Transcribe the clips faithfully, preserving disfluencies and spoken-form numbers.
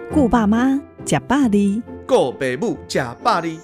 顾爸妈，吃百里， 顾爸母，吃百里。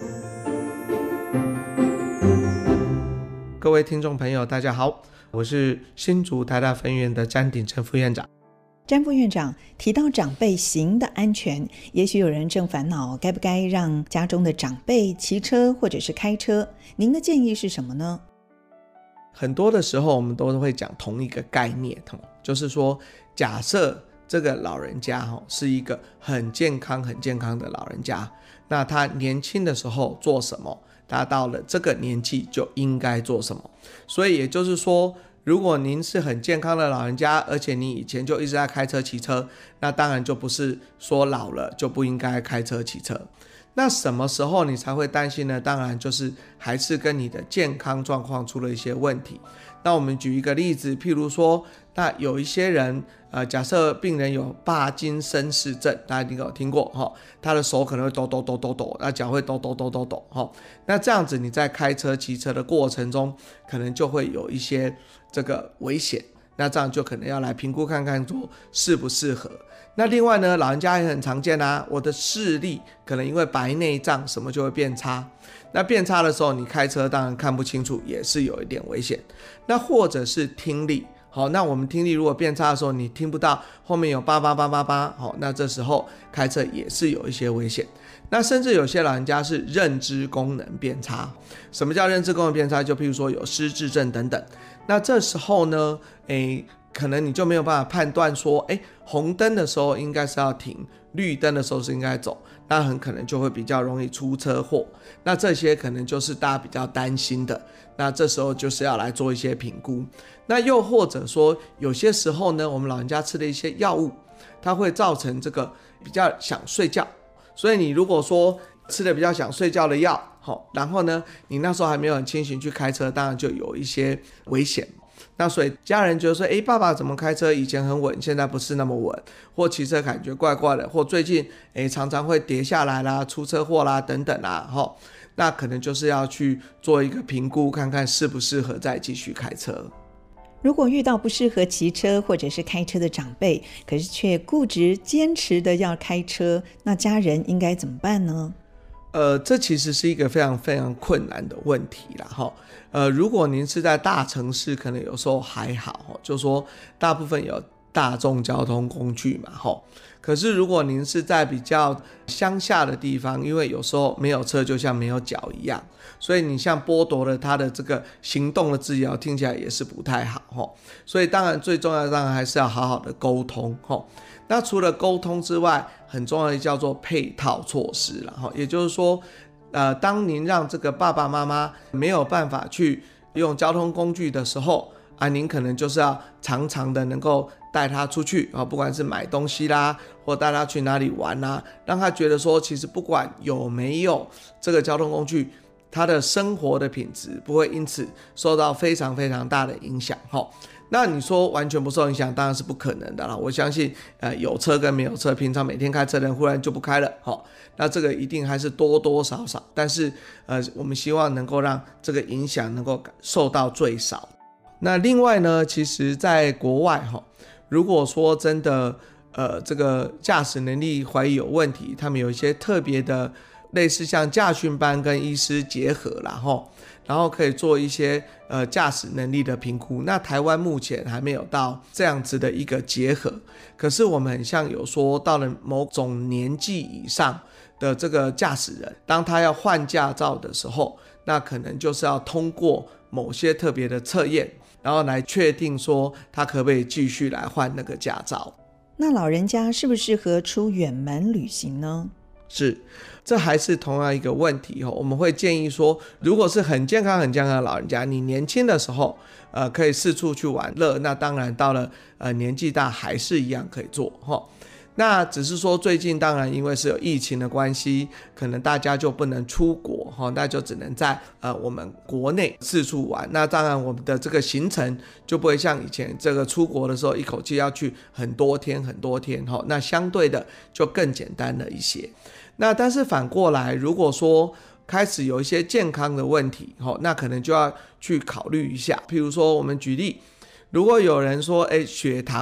各位听众朋友大家好，我是新竹台大分院的詹鼎正副院长。 詹副院长提到长辈行的安全，也许有人正烦恼该不该让家中的长辈骑车或者是开车，您的建议是什么呢？ 很多的时候我们都会讲同一个概念，就是说假设这个老人家是一个很健康很健康的老人家，那他年轻的时候做什么，他到了这个年纪就应该做什么。所以也就是说，如果您是很健康的老人家，而且你以前就一直在开车骑车，那当然就不是说老了就不应该开车骑车。那什么时候你才会担心呢？当然就是还是跟你的健康状况出了一些问题。那我们举一个例子，譬如说，那有一些人，呃，假设病人有帕金森氏症，大家一定有听过哈，他的手可能会抖抖抖抖抖，那脚会抖抖抖抖抖哈。那这样子你在开车骑车的过程中，可能就会有一些这个危险。那这样就可能要来评估看看说适不适合。那另外呢，老人家也很常见啊，我的视力可能因为白内障什么就会变差。那变差的时候，你开车当然看不清楚，也是有一点危险。那或者是听力，好，那我们听力如果变差的时候，你听不到后面有叭叭叭叭叭，好，那这时候开车也是有一些危险。那甚至有些老人家是认知功能变差。什么叫认知功能变差？就譬如说有失智症等等。那这时候呢，诶，可能你就没有办法判断说，诶，红灯的时候应该是要停，绿灯的时候是应该走，那很可能就会比较容易出车祸。那这些可能就是大家比较担心的。那这时候就是要来做一些评估。那又或者说，有些时候呢，我们老人家吃的一些药物，它会造成这个比较想睡觉。所以你如果说吃的比较想睡觉的药，然后呢你那时候还没有很清醒去开车，当然就有一些危险。那所以家人觉得说，诶，爸爸怎么开车以前很稳，现在不是那么稳，或骑车感觉怪怪的，或最近诶常常会跌下来啦，出车祸啦等等啦，那可能就是要去做一个评估，看看适不适合再继续开车。 如果遇到不适合骑车或者是开车的长辈，可是却固执坚持的要开车，那家人应该怎么办呢？ 呃，这其实是一个非常非常困难的问题啦齁。呃，如果您是在大城市，可能有时候还好，就说大部分有大众交通工具嘛齁。可是如果您是在比较乡下的地方，因为有时候没有车就像没有脚一样，所以你像剥夺了他的这个行动的自由，听起来也是不太好齁。所以当然最重要的当然还是要好好的沟通齁。那除了沟通之外，很重要的叫做配套措施啦齁。也就是说呃，当您让这个爸爸妈妈没有办法去用交通工具的时候啊，您可能就是要常常的能够带他出去啊，不管是买东西啦，或带他去哪里玩啦，让他觉得说，其实不管有没有这个交通工具，他的生活的品质不会因此受到非常非常大的影响齁。那你说完全不受影响，当然是不可能的啦。我相信，呃，有车跟没有车，平常每天开车的人忽然就不开了，齁，那这个一定还是多多少少，但是，呃，我们希望能够让这个影响能够受到最少。那另外呢，其实在国外齁，如果说真的，呃，这个驾驶能力怀疑有问题，他们有一些特别的，类似像驾训班跟医师结合啦齁。然后可以做一些呃驾驶能力的评估。那台湾目前还没有到这样子的一个结合，可是我们很像有说到了某种年纪以上的这个驾驶人，当他要换驾照的时候，那可能就是要通过某些特别的测验，然后来确定说他可不可以继续来换那个驾照。 那老人家适不适合出远门旅行呢？ 是，这还是同样一个问题。我们会建议说，如果是很健康很健康的老人家，你年轻的时候呃，可以四处去玩乐，那当然到了呃年纪大还是一样可以做。那只是说最近当然因为是有疫情的关系，可能大家就不能出国，那就只能在呃我们国内四处玩。那当然我们的这个行程就不会像以前这个出国的时候一口气要去很多天很多天，那相对的就更简单了一些。那但是反过来，如果说开始有一些健康的问题，那可能就要去考虑一下。譬如说我们举例，如果有人说诶血糖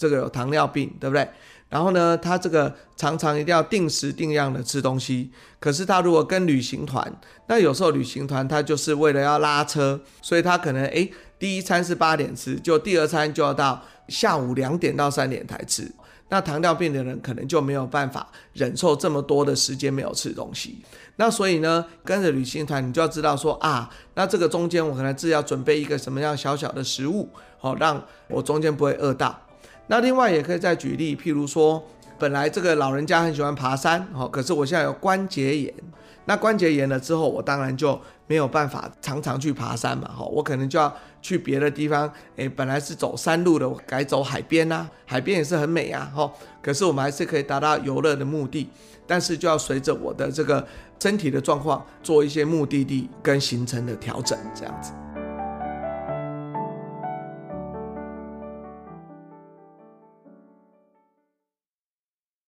这个有糖尿病，对不对？然后呢，他这个常常一定要定时定量的吃东西，可是他如果跟旅行团，那有时候旅行团他就是为了要拉车，所以他可能诶第一餐是八点吃，就第二餐就要到下午两点到三点才吃。那糖尿病的人可能就没有办法忍受这么多的时间没有吃东西。那所以呢，跟着旅行团你就要知道说啊，那这个中间我可能自己要准备一个什么样小小的食物，好让我中间不会饿到。那另外也可以再举例，譬如说本来这个老人家很喜欢爬山，可是我现在有关节炎，那关节炎了之后，我当然就没有办法常常去爬山嘛，我可能就要去别的地方，诶本来是走山路的，我改走海边啊，海边也是很美啊，可是我们还是可以达到游乐的目的，但是就要随着我的这个身体的状况做一些目的地跟行程的调整，这样子。